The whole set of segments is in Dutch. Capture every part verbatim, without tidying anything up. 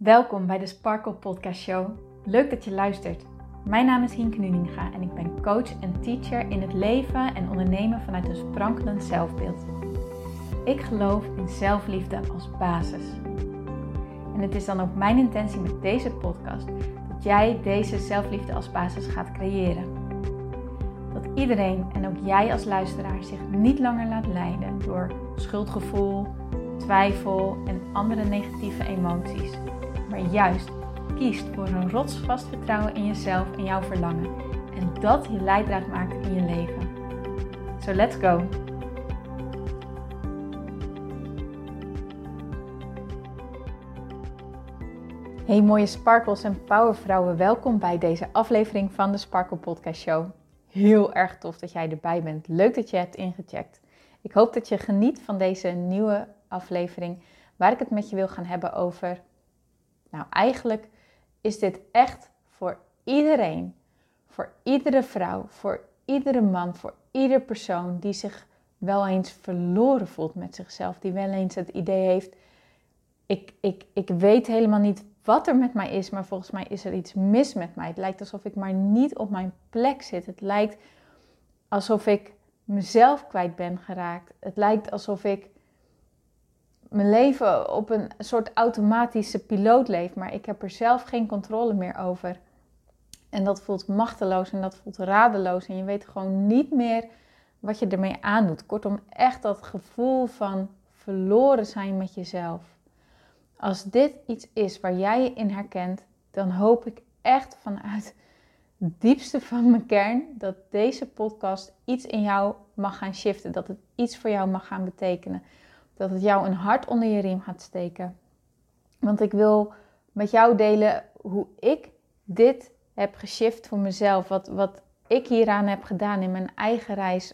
Welkom bij de Sparkle Podcast Show. Leuk dat je luistert. Mijn naam is Hienke Nuninga en ik ben coach en teacher in het leven en ondernemen vanuit een sprankelend zelfbeeld. Ik geloof in zelfliefde als basis. En het is dan ook mijn intentie met deze podcast dat jij deze zelfliefde als basis gaat creëren. Dat iedereen en ook jij als luisteraar zich niet langer laat leiden door schuldgevoel, twijfel en andere negatieve emoties. Maar juist kiest voor een rotsvast vertrouwen in jezelf en jouw verlangen. En dat je leidraad maakt in je leven. So let's go! Hey mooie sparkles en powervrouwen, welkom bij deze aflevering van de Sparkle Podcast Show. Heel erg tof dat jij erbij bent. Leuk dat je hebt ingecheckt. Ik hoop dat je geniet van deze nieuwe aflevering waar ik het met je wil gaan hebben over... Nou, eigenlijk is dit echt voor iedereen, voor iedere vrouw, voor iedere man, voor ieder persoon die zich wel eens verloren voelt met zichzelf. Die wel eens het idee heeft, ik, ik, ik weet helemaal niet wat er met mij is, maar volgens mij is er iets mis met mij. Het lijkt alsof ik maar niet op mijn plek zit. Het lijkt alsof ik mezelf kwijt ben geraakt. Het lijkt alsof ik mijn leven op een soort automatische piloot leef, maar ik heb er zelf geen controle meer over. En dat voelt machteloos en dat voelt radeloos en je weet gewoon niet meer wat je ermee aandoet. Kortom, echt dat gevoel van verloren zijn met jezelf. Als dit iets is waar jij je in herkent, dan hoop ik echt vanuit het diepste van mijn kern dat deze podcast iets in jou mag gaan shiften. Dat het iets voor jou mag gaan betekenen. Dat het jou een hart onder je riem gaat steken. Want ik wil met jou delen hoe ik dit heb geshift voor mezelf. Wat, wat ik hieraan heb gedaan in mijn eigen reis.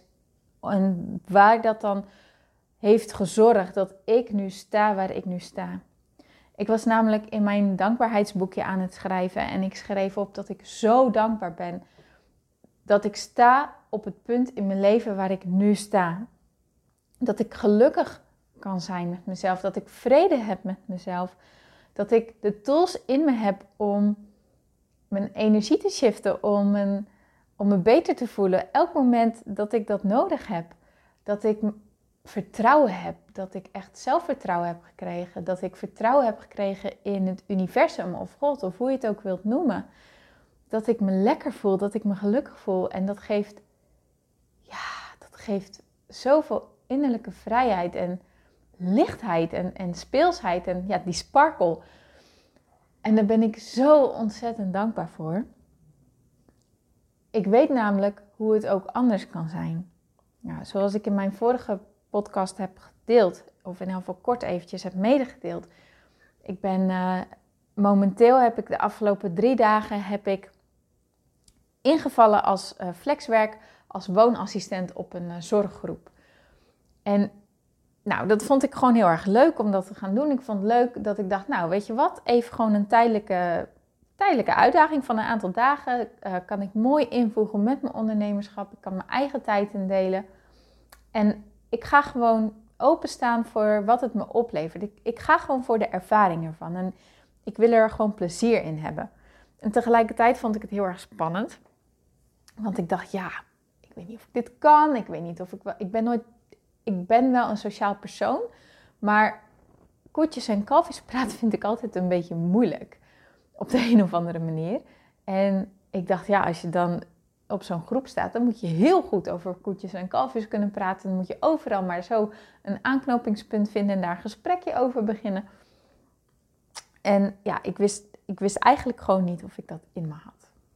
En waar dat dan heeft gezorgd dat ik nu sta waar ik nu sta. Ik was namelijk in mijn dankbaarheidsboekje aan het schrijven. En ik schreef op dat ik zo dankbaar ben. Dat ik sta op het punt in mijn leven waar ik nu sta. Dat ik gelukkig kan zijn met mezelf, dat ik vrede heb met mezelf, dat ik de tools in me heb om mijn energie te shiften, om, een, om me beter te voelen, elk moment dat ik dat nodig heb, dat ik vertrouwen heb, dat ik echt zelfvertrouwen heb gekregen, dat ik vertrouwen heb gekregen in het universum of God of hoe je het ook wilt noemen, dat ik me lekker voel, dat ik me gelukkig voel en dat geeft, ja, dat geeft zoveel innerlijke vrijheid en lichtheid en, en speelsheid en ja, die sparkle. En daar ben ik zo ontzettend dankbaar voor. Ik weet namelijk hoe het ook anders kan zijn. Nou, zoals ik in mijn vorige podcast heb gedeeld, of in heel veel kort eventjes heb medegedeeld. Ik ben uh, momenteel heb ik de afgelopen drie dagen heb ik ingevallen als uh, flexwerk, als woonassistent op een uh, zorggroep. En nou, dat vond ik gewoon heel erg leuk om dat te gaan doen. Ik vond het leuk dat ik dacht, nou weet je wat, even gewoon een tijdelijke, tijdelijke uitdaging van een aantal dagen. Uh, kan ik mooi invoegen met mijn ondernemerschap. Ik kan mijn eigen tijd indelen. En ik ga gewoon openstaan voor wat het me oplevert. Ik, ik ga gewoon voor de ervaring ervan. En ik wil er gewoon plezier in hebben. En tegelijkertijd vond ik het heel erg spannend. Want ik dacht, ja, ik weet niet of ik dit kan. Ik weet niet of ik wel, ik ben nooit... Ik ben wel een sociaal persoon, maar koetjes en kalfjes praten vind ik altijd een beetje moeilijk. Op de een of andere manier. En ik dacht, ja, als je dan op zo'n groep staat, dan moet je heel goed over koetjes en kalfjes kunnen praten. Dan moet je overal maar zo een aanknopingspunt vinden en daar een gesprekje over beginnen. En ja, ik wist, ik wist eigenlijk gewoon niet of ik dat in me had.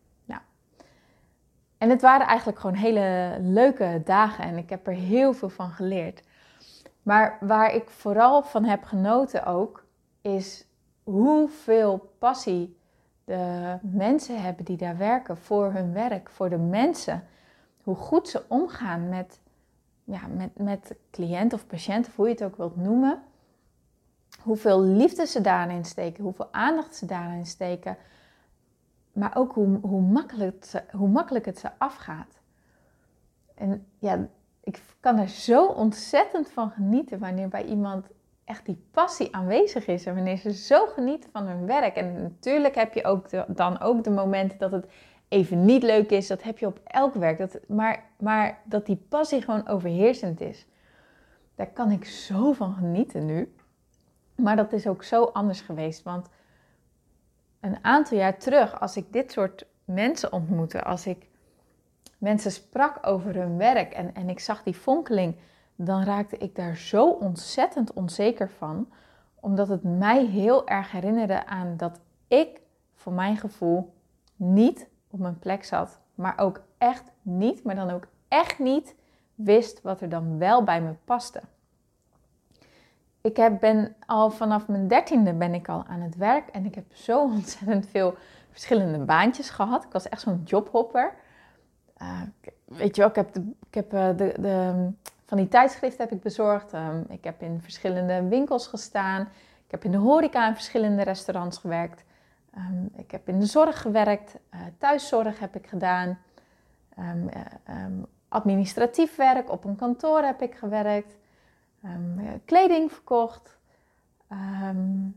En het waren eigenlijk gewoon hele leuke dagen en ik heb er heel veel van geleerd. Maar waar ik vooral van heb genoten ook, is hoeveel passie de mensen hebben die daar werken voor hun werk, voor de mensen. Hoe goed ze omgaan met, ja, met, met cliënt of patiënt, of hoe je het ook wilt noemen. Hoeveel liefde ze daarin steken, hoeveel aandacht ze daarin steken. Maar ook hoe, hoe, makkelijk het ze, hoe makkelijk het ze afgaat. En ja, ik kan er zo ontzettend van genieten wanneer bij iemand echt die passie aanwezig is. En wanneer ze zo genieten van hun werk. En natuurlijk heb je ook de, dan ook de momenten dat het even niet leuk is. Dat heb je op elk werk. Dat, maar, maar dat die passie gewoon overheersend is. Daar kan ik zo van genieten nu. Maar dat is ook zo anders geweest. Want een aantal jaar terug, als ik dit soort mensen ontmoette, als ik mensen sprak over hun werk en, en ik zag die fonkeling, dan raakte ik daar zo ontzettend onzeker van. Omdat het mij heel erg herinnerde aan dat ik, voor mijn gevoel, niet op mijn plek zat. Maar ook echt niet, maar dan ook echt niet wist wat er dan wel bij me paste. Ik heb, ben al vanaf mijn dertiende ben ik al aan het werk en ik heb zo ontzettend veel verschillende baantjes gehad. Ik was echt zo'n jobhopper. Uh, weet je wel, ik heb, de, ik heb uh, de, de, van die tijdschriften heb ik bezorgd. Um, ik heb in verschillende winkels gestaan. Ik heb in de horeca in verschillende restaurants gewerkt. Um, ik heb in de zorg gewerkt. Uh, thuiszorg heb ik gedaan. Um, uh, um, administratief werk, op een kantoor heb ik gewerkt. Um, uh, kleding verkocht. Um,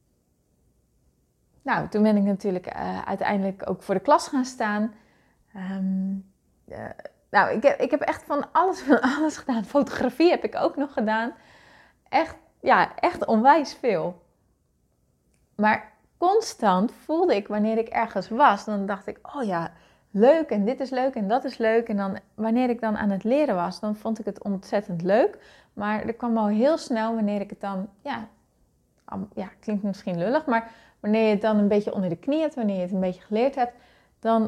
nou, toen ben ik natuurlijk uh, uiteindelijk ook voor de klas gaan staan. Um, uh, nou, ik heb, ik heb echt van alles van alles gedaan. Fotografie heb ik ook nog gedaan. Echt, ja, echt onwijs veel. Maar constant voelde ik wanneer ik ergens was, dan dacht ik, oh ja, leuk en dit is leuk en dat is leuk. En dan wanneer ik dan aan het leren was, dan vond ik het ontzettend leuk. Maar er kwam al heel snel wanneer ik het dan, ja, ja, klinkt misschien lullig, maar wanneer je het dan een beetje onder de knie hebt, wanneer je het een beetje geleerd hebt, dan,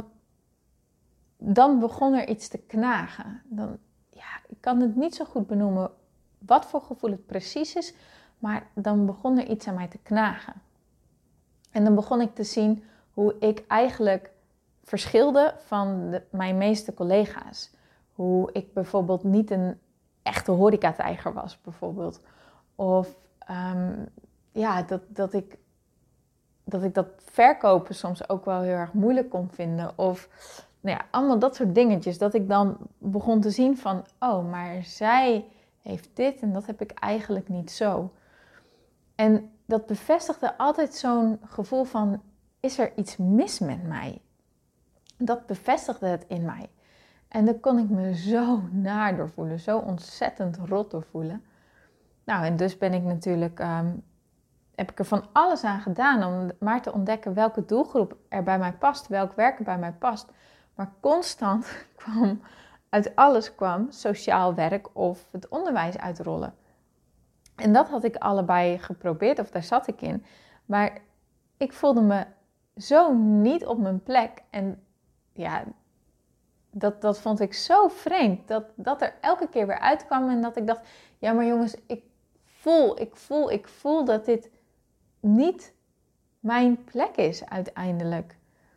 dan begon er iets te knagen. Dan, ja, ik kan het niet zo goed benoemen wat voor gevoel het precies is, maar dan begon er iets aan mij te knagen. En dan begon ik te zien hoe ik eigenlijk verschilde van de, mijn meeste collega's. Hoe ik bijvoorbeeld niet een echte horecatijger was, bijvoorbeeld. Of um, ja, dat, dat, ik, dat ik dat verkopen soms ook wel heel erg moeilijk kon vinden. Of nou ja, allemaal dat soort dingetjes. Dat ik dan begon te zien van, oh, maar zij heeft dit en dat heb ik eigenlijk niet zo. En dat bevestigde altijd zo'n gevoel van, is er iets mis met mij? Dat bevestigde het in mij. En daar kon ik me zo naar door voelen, zo ontzettend rot door voelen. Nou, en dus ben ik natuurlijk, um, heb ik er van alles aan gedaan om maar te ontdekken welke doelgroep er bij mij past, welk werk er bij mij past. Maar constant kwam, uit alles kwam sociaal werk of het onderwijs uitrollen. En dat had ik allebei geprobeerd, of daar zat ik in. Maar ik voelde me zo niet op mijn plek. En ja, dat, dat vond ik zo vreemd. Dat, dat er elke keer weer uitkwam en dat ik dacht, ja maar jongens, ik voel, ik voel, ik voel dat dit niet mijn plek is uiteindelijk.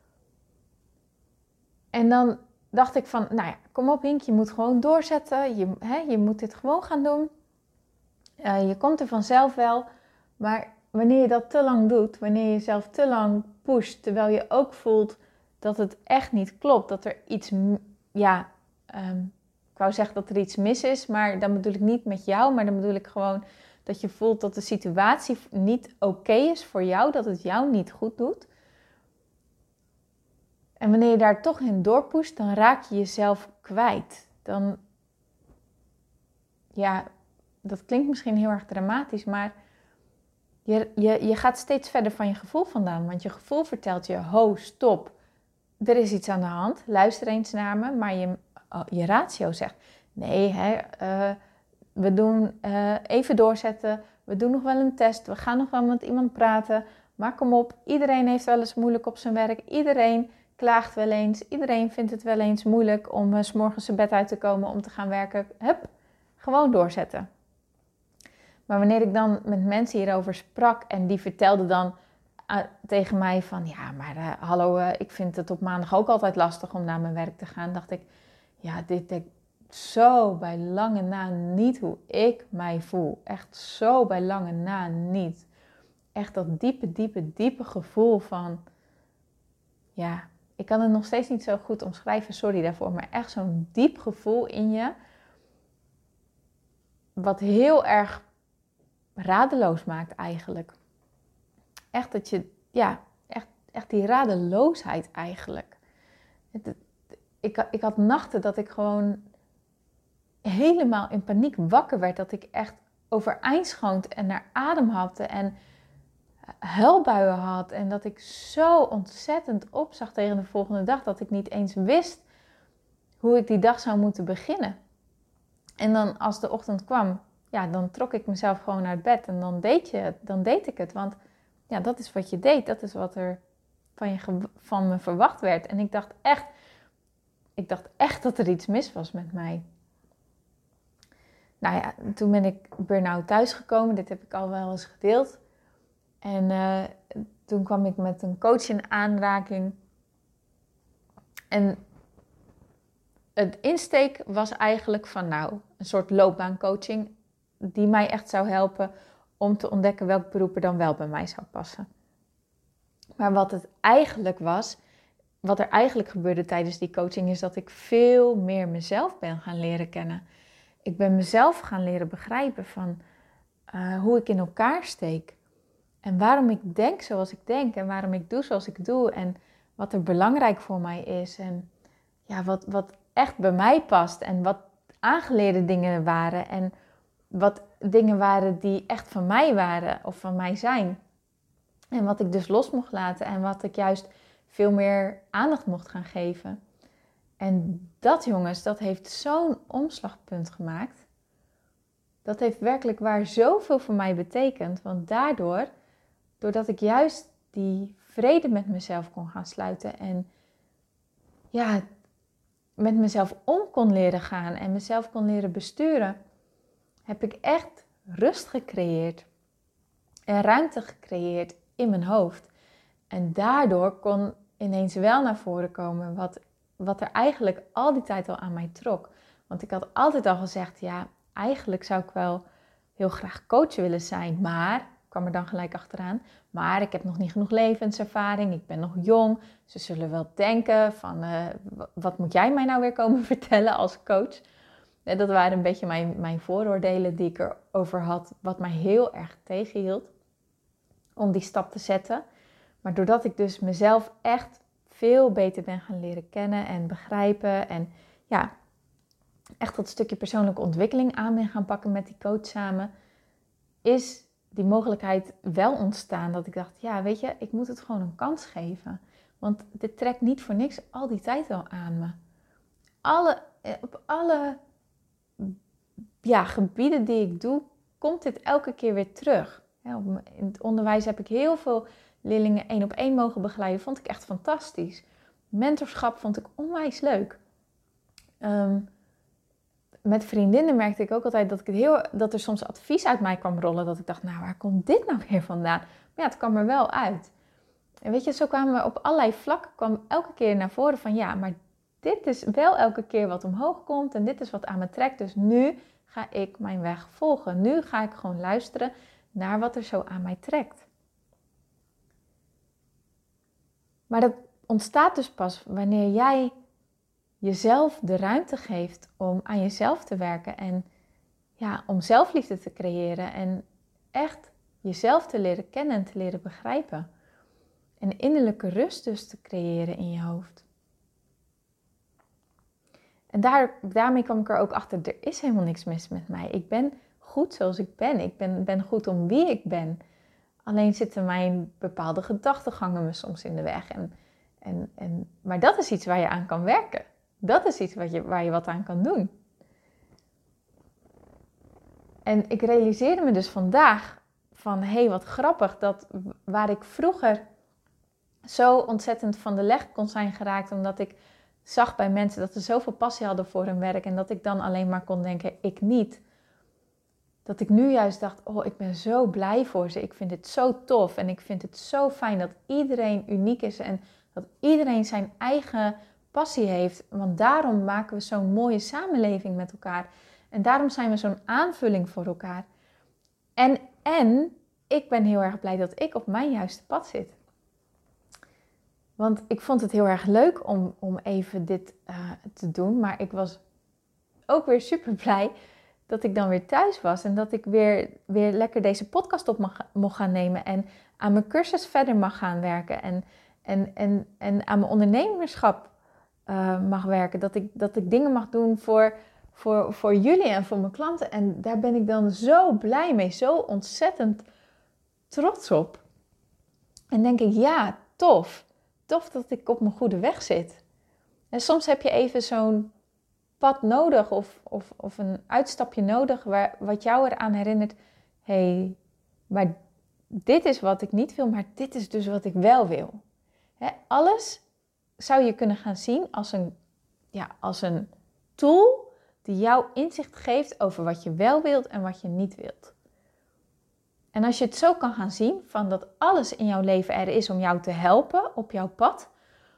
En dan dacht ik van, nou ja, kom op Hink, je moet gewoon doorzetten. Je, hè, je moet dit gewoon gaan doen. Uh, je komt er vanzelf wel, maar wanneer je dat te lang doet, wanneer je jezelf te lang pusht, terwijl je ook voelt dat het echt niet klopt, dat er iets, ja, um, ik wou zeggen dat er iets mis is, maar dan bedoel ik niet met jou, maar dan bedoel ik gewoon dat je voelt dat de situatie niet oké is voor jou, dat het jou niet goed doet. En wanneer je daar toch in doorpusht, dan raak je jezelf kwijt. Dan, ja... Dat klinkt misschien heel erg dramatisch, maar je, je, je gaat steeds verder van je gevoel vandaan. Want je gevoel vertelt je, ho, stop, er is iets aan de hand, luister eens naar me. Maar je, je ratio zegt, nee, hè, uh, we doen uh, even doorzetten, we doen nog wel een test, we gaan nog wel met iemand praten. Maar kom op, iedereen heeft wel eens moeilijk op zijn werk, iedereen klaagt wel eens, iedereen vindt het wel eens moeilijk om uh, 's morgens zijn bed uit te komen om te gaan werken. Hup, gewoon doorzetten. Maar wanneer ik dan met mensen hierover sprak en die vertelden dan uh, tegen mij van, ja, maar uh, hallo, uh, ik vind het op maandag ook altijd lastig om naar mijn werk te gaan. Dacht ik, ja, dit denk zo bij lange na niet hoe ik mij voel. Echt zo bij lange na niet. Echt dat diepe, diepe, diepe gevoel van, ja, ik kan het nog steeds niet zo goed omschrijven, sorry daarvoor, maar echt zo'n diep gevoel in je, wat heel erg radeloos maakt eigenlijk. Echt dat je, ja, echt, echt die radeloosheid eigenlijk. Het, ik, ik had nachten dat ik gewoon helemaal in paniek wakker werd. Dat ik echt overeind schoot en naar adem hapte en huilbuien had. En dat ik zo ontzettend opzag tegen de volgende dag dat ik niet eens wist hoe ik die dag zou moeten beginnen. En dan als de ochtend kwam, ja, dan trok ik mezelf gewoon uit bed en dan deed, je het, dan deed ik het. Want ja, dat is wat je deed. Dat is wat er van, je, van me verwacht werd. En ik dacht echt, ik dacht echt dat er iets mis was met mij. Nou ja, toen ben ik burn-out thuisgekomen. Dit heb ik al wel eens gedeeld. En uh, toen kwam ik met een coach in aanraking. En het insteek was eigenlijk van nou, een soort loopbaancoaching die mij echt zou helpen om te ontdekken welk beroep er dan wel bij mij zou passen. Maar wat het eigenlijk was, wat er eigenlijk gebeurde tijdens die coaching, is dat ik veel meer mezelf ben gaan leren kennen. Ik ben mezelf gaan leren begrijpen van uh, hoe ik in elkaar steek. En waarom ik denk zoals ik denk en waarom ik doe zoals ik doe. En wat er belangrijk voor mij is. En ja, wat, wat echt bij mij past. En wat aangeleerde dingen waren. En wat dingen waren die echt van mij waren of van mij zijn. En wat ik dus los mocht laten. En wat ik juist veel meer aandacht mocht gaan geven. En dat, jongens, dat heeft zo'n omslagpunt gemaakt. Dat heeft werkelijk waar zoveel voor mij betekend. Want daardoor, doordat ik juist die vrede met mezelf kon gaan sluiten. En ja, met mezelf om kon leren gaan. En mezelf kon leren besturen. Heb ik echt rust gecreëerd. En ruimte gecreëerd in mijn hoofd. En daardoor kon ineens wel naar voren komen wat, wat er eigenlijk al die tijd al aan mij trok. Want ik had altijd al gezegd, ja, eigenlijk zou ik wel heel graag coach willen zijn. Maar, kwam er dan gelijk achteraan, maar ik heb nog niet genoeg levenservaring. Ik ben nog jong. Ze zullen wel denken van, uh, wat moet jij mij nou weer komen vertellen als coach? En dat waren een beetje mijn, mijn vooroordelen die ik erover had, wat mij heel erg tegenhield om die stap te zetten. Maar doordat ik dus mezelf echt veel beter ben gaan leren kennen en begrijpen en ja, echt dat stukje persoonlijke ontwikkeling aan ben gaan pakken met die coach samen, is die mogelijkheid wel ontstaan dat ik dacht, ja, weet je, ik moet het gewoon een kans geven. Want dit trekt niet voor niks al die tijd al aan me. Alle, op alle ja, gebieden die ik doe, komt dit elke keer weer terug. In het onderwijs heb ik heel veel leerlingen één op één mogen begeleiden. Vond ik echt fantastisch. Mentorschap vond ik onwijs leuk. Um, met vriendinnen merkte ik ook altijd dat, ik het heel, dat er soms advies uit mij kwam rollen. Dat ik dacht, nou, waar komt dit nou weer vandaan? Maar ja, het kwam er wel uit. En weet je, zo kwamen we op allerlei vlakken, kwam elke keer naar voren van, ja, maar dit is wel elke keer wat omhoog komt. En dit is wat aan me trekt. Dus nu ga ik mijn weg volgen. Nu ga ik gewoon luisteren naar wat er zo aan mij trekt. Maar dat ontstaat dus pas wanneer jij jezelf de ruimte geeft om aan jezelf te werken. En ja, om zelfliefde te creëren. En echt jezelf te leren kennen en te leren begrijpen. En innerlijke rust dus te creëren in je hoofd. En daar, daarmee kwam ik er ook achter, er is helemaal niks mis met mij. Ik ben goed zoals ik ben. Ik ben, ben goed om wie ik ben. Alleen zitten mijn bepaalde gedachtegangen me soms in de weg. En, en, en, maar dat is iets waar je aan kan werken. Dat is iets wat je, waar je wat aan kan doen. En ik realiseerde me dus vandaag van, hé, hey, wat grappig, dat waar ik vroeger zo ontzettend van de leg kon zijn geraakt, omdat ik zag bij mensen dat ze zoveel passie hadden voor hun werk en dat ik dan alleen maar kon denken, ik niet. Dat ik nu juist dacht, oh, ik ben zo blij voor ze. Ik vind het zo tof en ik vind het zo fijn dat iedereen uniek is en dat iedereen zijn eigen passie heeft. Want daarom maken we zo'n mooie samenleving met elkaar. En daarom zijn we zo'n aanvulling voor elkaar. En, en ik ben heel erg blij dat ik op mijn juiste pad zit. Want ik vond het heel erg leuk om, om even dit uh, te doen. Maar ik was ook weer super blij dat ik dan weer thuis was. En dat ik weer, weer lekker deze podcast op mag, mocht gaan nemen. En aan mijn cursus verder mag gaan werken. En, en, en, en aan mijn ondernemerschap uh, mag werken. Dat ik, dat ik dingen mag doen voor, voor, voor jullie en voor mijn klanten. En daar ben ik dan zo blij mee. Zo ontzettend trots op. En denk ik, ja, tof. Tof dat ik op mijn goede weg zit. En soms heb je even zo'n pad nodig of, of, of een uitstapje nodig waar, wat jou eraan herinnert. Hé, hey, maar dit is wat ik niet wil, maar dit is dus wat ik wel wil. He, alles zou je kunnen gaan zien als een, ja, als een tool die jou inzicht geeft over wat je wel wilt en wat je niet wilt. En als je het zo kan gaan zien, van dat alles in jouw leven er is om jou te helpen op jouw pad.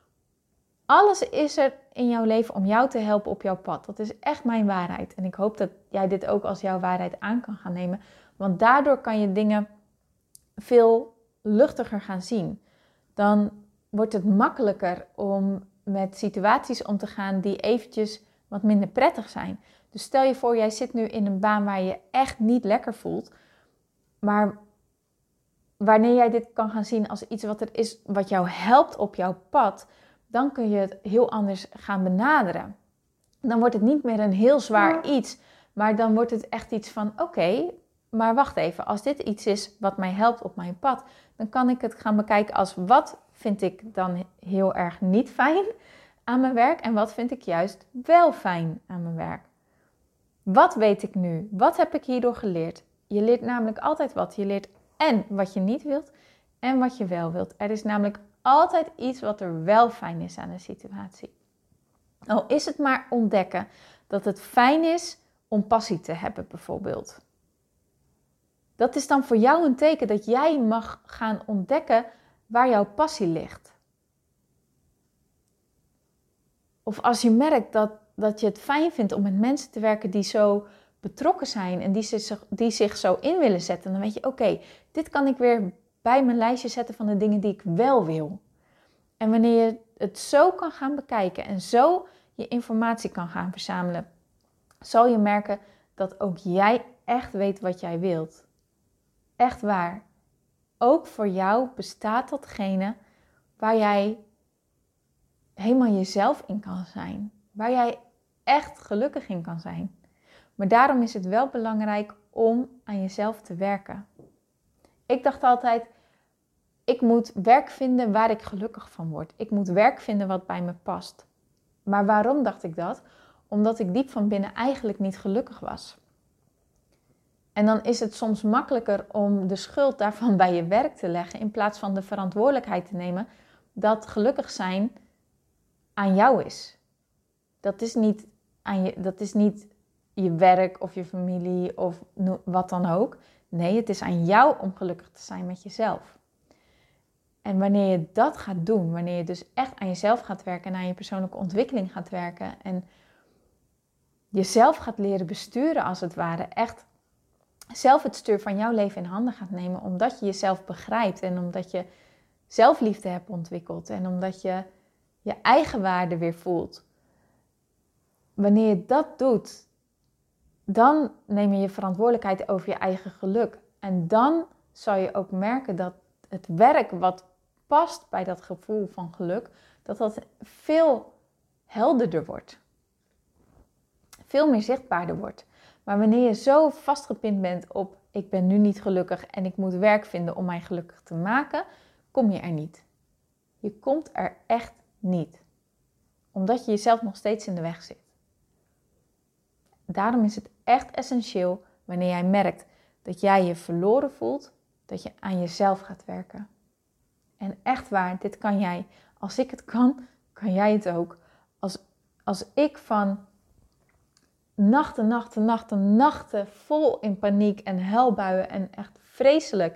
Alles is er in jouw leven om jou te helpen op jouw pad. Dat is echt mijn waarheid. En ik hoop dat jij dit ook als jouw waarheid aan kan gaan nemen. Want daardoor kan je dingen veel luchtiger gaan zien. Dan wordt het makkelijker om met situaties om te gaan die eventjes wat minder prettig zijn. Dus stel je voor, jij zit nu in een baan waar je echt niet lekker voelt. Maar wanneer jij dit kan gaan zien als iets wat er is, wat jou helpt op jouw pad, dan kun je het heel anders gaan benaderen. Dan wordt het niet meer een heel zwaar iets, maar dan wordt het echt iets van, oké, okay, maar wacht even. Als dit iets is wat mij helpt op mijn pad, dan kan ik het gaan bekijken als wat vind ik dan heel erg niet fijn aan mijn werk en wat vind ik juist wel fijn aan mijn werk. Wat weet ik nu? Wat heb ik hierdoor geleerd? Je leert namelijk altijd wat. Je leert en wat je niet wilt en wat je wel wilt. Er is namelijk altijd iets wat er wel fijn is aan de situatie. Al is het maar ontdekken dat het fijn is om passie te hebben bijvoorbeeld. Dat is dan voor jou een teken dat jij mag gaan ontdekken waar jouw passie ligt. Of als je merkt dat, dat je het fijn vindt om met mensen te werken die zo betrokken zijn en die zich, die zich zo in willen zetten, dan weet je, oké, okay, dit kan ik weer bij mijn lijstje zetten van de dingen die ik wel wil. En wanneer je het zo kan gaan bekijken en zo je informatie kan gaan verzamelen, zal je merken dat ook jij echt weet wat jij wilt. Echt waar. Ook voor jou bestaat datgene waar jij helemaal jezelf in kan zijn. Waar jij echt gelukkig in kan zijn. Maar daarom is het wel belangrijk om aan jezelf te werken. Ik dacht altijd, ik moet werk vinden waar ik gelukkig van word. Ik moet werk vinden wat bij me past. Maar waarom dacht ik dat? Omdat ik diep van binnen eigenlijk niet gelukkig was. En dan is het soms makkelijker om de schuld daarvan bij je werk te leggen, in plaats van de verantwoordelijkheid te nemen dat gelukkig zijn aan jou is. Dat is niet, aan je, dat is niet je werk of je familie of wat dan ook. Nee, het is aan jou om gelukkig te zijn met jezelf. En wanneer je dat gaat doen, wanneer je dus echt aan jezelf gaat werken en aan je persoonlijke ontwikkeling gaat werken en jezelf gaat leren besturen als het ware, echt zelf het stuur van jouw leven in handen gaat nemen, omdat je jezelf begrijpt en omdat je zelfliefde hebt ontwikkeld en omdat je je eigen waarde weer voelt. Wanneer je dat doet, dan neem je je verantwoordelijkheid over je eigen geluk. En dan zal je ook merken dat het werk wat past bij dat gevoel van geluk, dat dat veel helderder wordt. Veel meer zichtbaarder wordt. Maar wanneer je zo vastgepind bent op, ik ben nu niet gelukkig en ik moet werk vinden om mij gelukkig te maken, kom je er niet. Je komt er echt niet. Omdat je jezelf nog steeds in de weg zit. Daarom is het echt essentieel, wanneer jij merkt dat jij je verloren voelt, dat je aan jezelf gaat werken. En echt waar, dit kan jij. Als ik het kan, kan jij het ook. Als, als ik van nachten, nachten, nachten, nachten vol in paniek en huilbuien en echt vreselijk,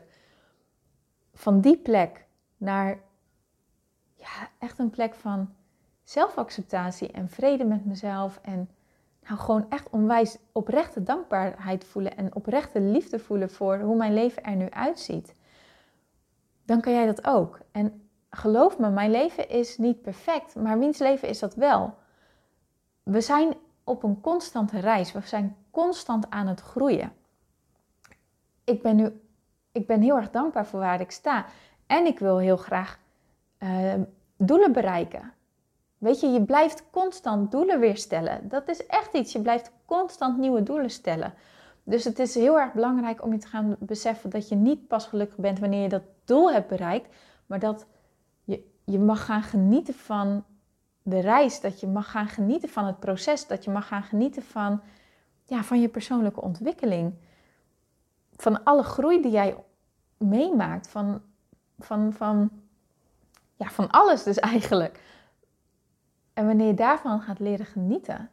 van die plek naar ja, echt een plek van zelfacceptatie en vrede met mezelf en nou, gewoon echt onwijs oprechte dankbaarheid voelen en oprechte liefde voelen voor hoe mijn leven er nu uitziet. Dan kan jij dat ook. En geloof me, mijn leven is niet perfect, maar wiens leven is dat wel? We zijn op een constante reis. We zijn constant aan het groeien. Ik ben nu, ik ben heel erg dankbaar voor waar ik sta. En ik wil heel graag uh, doelen bereiken. Weet je, je blijft constant doelen weer stellen. Dat is echt iets. Je blijft constant nieuwe doelen stellen. Dus het is heel erg belangrijk om je te gaan beseffen dat je niet pas gelukkig bent wanneer je dat doel hebt bereikt. Maar dat je, je mag gaan genieten van de reis. Dat je mag gaan genieten van het proces. Dat je mag gaan genieten van, ja, van je persoonlijke ontwikkeling. Van alle groei die jij meemaakt. Van, van, van, ja, van alles dus eigenlijk. En wanneer je daarvan gaat leren genieten,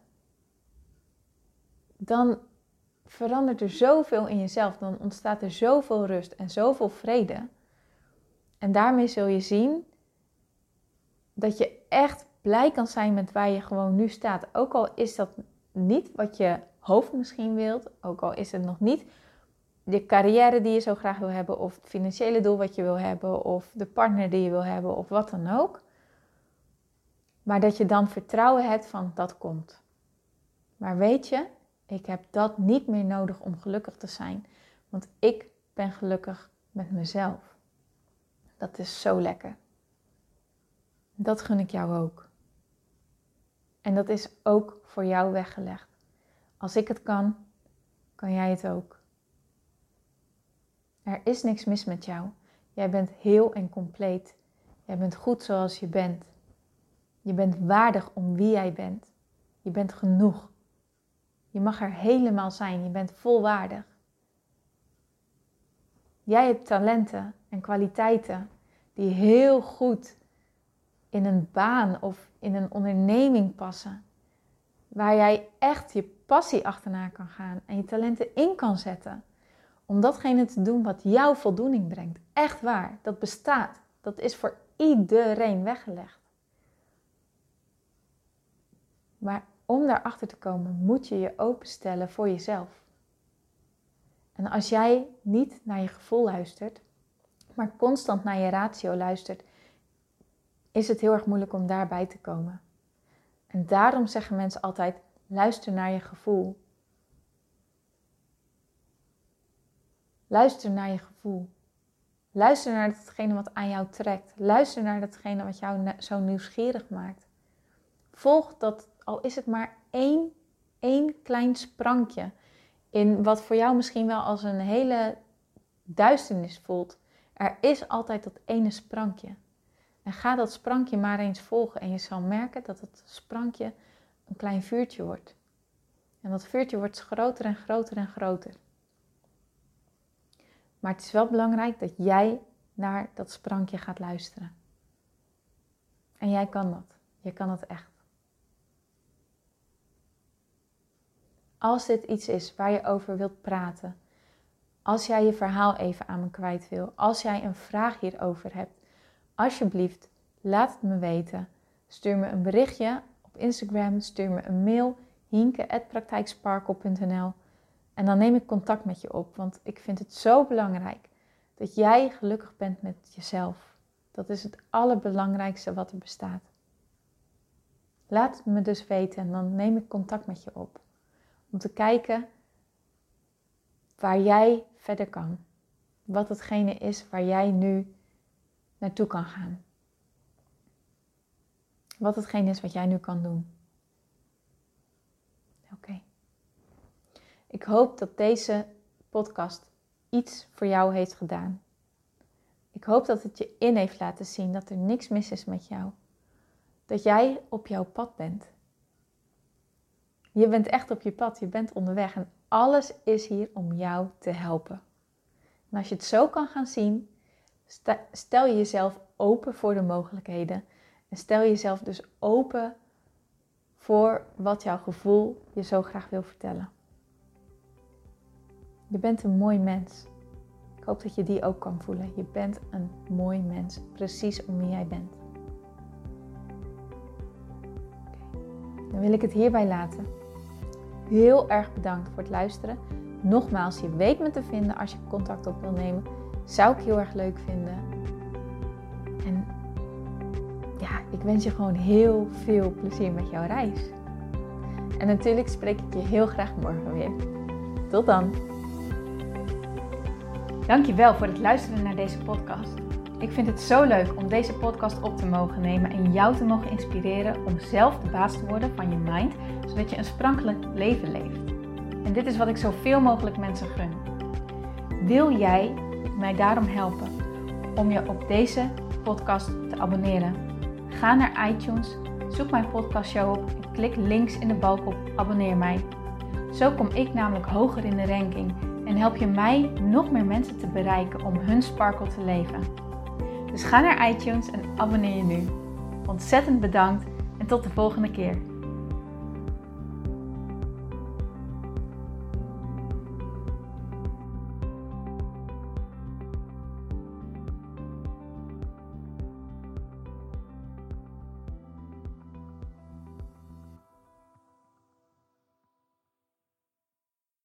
dan verandert er zoveel in jezelf. Dan ontstaat er zoveel rust en zoveel vrede. En daarmee zul je zien dat je echt blij kan zijn met waar je gewoon nu staat. Ook al is dat niet wat je hoofd misschien wilt. Ook al is het nog niet de carrière die je zo graag wil hebben. Of het financiële doel wat je wil hebben. Of de partner die je wil hebben. Of wat dan ook. Maar dat je dan vertrouwen hebt van dat komt. Maar weet je, ik heb dat niet meer nodig om gelukkig te zijn. Want ik ben gelukkig met mezelf. Dat is zo lekker. Dat gun ik jou ook. En dat is ook voor jou weggelegd. Als ik het kan, kan jij het ook. Er is niks mis met jou. Jij bent heel en compleet. Jij bent goed zoals je bent. Je bent waardig om wie jij bent. Je bent genoeg. Je mag er helemaal zijn. Je bent volwaardig. Jij hebt talenten en kwaliteiten die heel goed in een baan of in een onderneming passen. Waar jij echt je passie achterna kan gaan en je talenten in kan zetten. Om datgene te doen wat jou voldoening brengt. Echt waar, dat bestaat. Dat is voor iedereen weggelegd. Maar om daarachter te komen moet je je openstellen voor jezelf. En als jij niet naar je gevoel luistert, maar constant naar je ratio luistert, is het heel erg moeilijk om daarbij te komen. En daarom zeggen mensen altijd, luister naar je gevoel. Luister naar je gevoel. Luister naar datgene wat aan jou trekt. Luister naar datgene wat jou zo nieuwsgierig maakt. Volg dat, al is het maar één, één klein sprankje in wat voor jou misschien wel als een hele duisternis voelt. Er is altijd dat ene sprankje. En ga dat sprankje maar eens volgen en je zal merken dat het sprankje een klein vuurtje wordt. En dat vuurtje wordt groter en groter en groter. Maar het is wel belangrijk dat jij naar dat sprankje gaat luisteren. En jij kan dat. Je kan het echt. Als dit iets is waar je over wilt praten, als jij je verhaal even aan me kwijt wil, als jij een vraag hierover hebt, alsjeblieft, laat het me weten. Stuur me een berichtje op Instagram, stuur me een mail, hienke at praktijksparkle punt n l en dan neem ik contact met je op, want ik vind het zo belangrijk dat jij gelukkig bent met jezelf. Dat is het allerbelangrijkste wat er bestaat. Laat het me dus weten en dan neem ik contact met je op. Om te kijken waar jij verder kan. Wat hetgene is waar jij nu naartoe kan gaan. Wat hetgene is wat jij nu kan doen. Oké. Okay. Ik hoop dat deze podcast iets voor jou heeft gedaan. Ik hoop dat het je in heeft laten zien dat er niks mis is met jou. Dat jij op jouw pad bent. Je bent echt op je pad, je bent onderweg en alles is hier om jou te helpen. En als je het zo kan gaan zien, stel je jezelf open voor de mogelijkheden. En stel jezelf dus open voor wat jouw gevoel je zo graag wil vertellen. Je bent een mooi mens. Ik hoop dat je die ook kan voelen. Je bent een mooi mens, precies om wie jij bent. Okay. Dan wil ik het hierbij laten. Heel erg bedankt voor het luisteren. Nogmaals, je weet me te vinden als je contact op wil nemen. Zou ik heel erg leuk vinden. En ja, ik wens je gewoon heel veel plezier met jouw reis. En natuurlijk spreek ik je heel graag morgen weer. Tot dan! Dankjewel voor het luisteren naar deze podcast. Ik vind het zo leuk om deze podcast op te mogen nemen en jou te mogen inspireren om zelf de baas te worden van je mind, zodat je een sprankelijk leven leeft. En dit is wat ik zoveel mogelijk mensen gun. Wil jij mij daarom helpen om je op deze podcast te abonneren? Ga naar iTunes, zoek mijn podcastshow op en klik links in de balk op abonneer mij. Zo kom ik namelijk hoger in de ranking en help je mij nog meer mensen te bereiken om hun sparkle te leven. Dus ga naar iTunes en abonneer je nu. Ontzettend bedankt en tot de volgende keer.